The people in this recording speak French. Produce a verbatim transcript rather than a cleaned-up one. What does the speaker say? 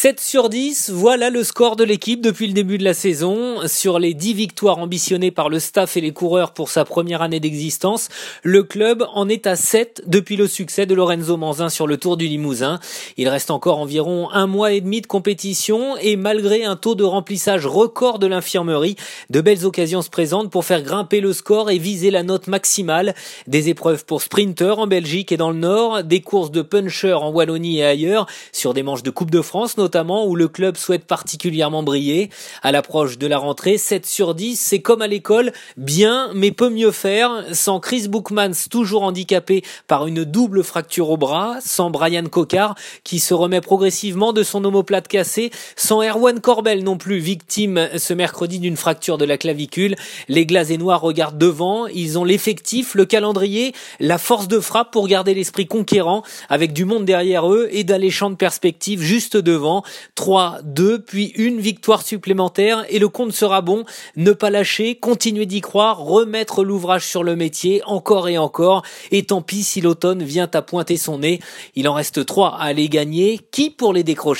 sept sur dix, voilà le score de l'équipe depuis le début de la saison. Sur les dix victoires ambitionnées par le staff et les coureurs pour sa première année d'existence, le club en est à sept depuis le succès de Lorenzo Manzin sur le Tour du Limousin. Il reste encore environ un mois et demi de compétition et malgré un taux de remplissage record de l'infirmerie, de belles occasions se présentent pour faire grimper le score et viser la note maximale. Des épreuves pour sprinters en Belgique et dans le Nord, des courses de punchers en Wallonie et ailleurs, sur des manches de Coupe de France notamment où le club souhaite particulièrement briller. À l'approche de la rentrée, sept sur dix, c'est comme à l'école, bien mais peut mieux faire, sans Chris Boukmans toujours handicapé par une double fracture au bras, sans Brian Coquard qui se remet progressivement de son omoplate cassée, sans Erwan Corbel non plus victime ce mercredi d'une fracture de la clavicule. Les Glasénois regardent devant, ils ont l'effectif, le calendrier, la force de frappe pour garder l'esprit conquérant avec du monde derrière eux et d'alléchantes perspectives juste devant. trois, deux, puis une victoire supplémentaire et le compte sera bon. Ne pas lâcher, continuer d'y croire, remettre l'ouvrage sur le métier encore et encore. Et tant pis si l'automne vient à pointer son nez. Il en reste trois à aller gagner. Qui pour les décrocher ?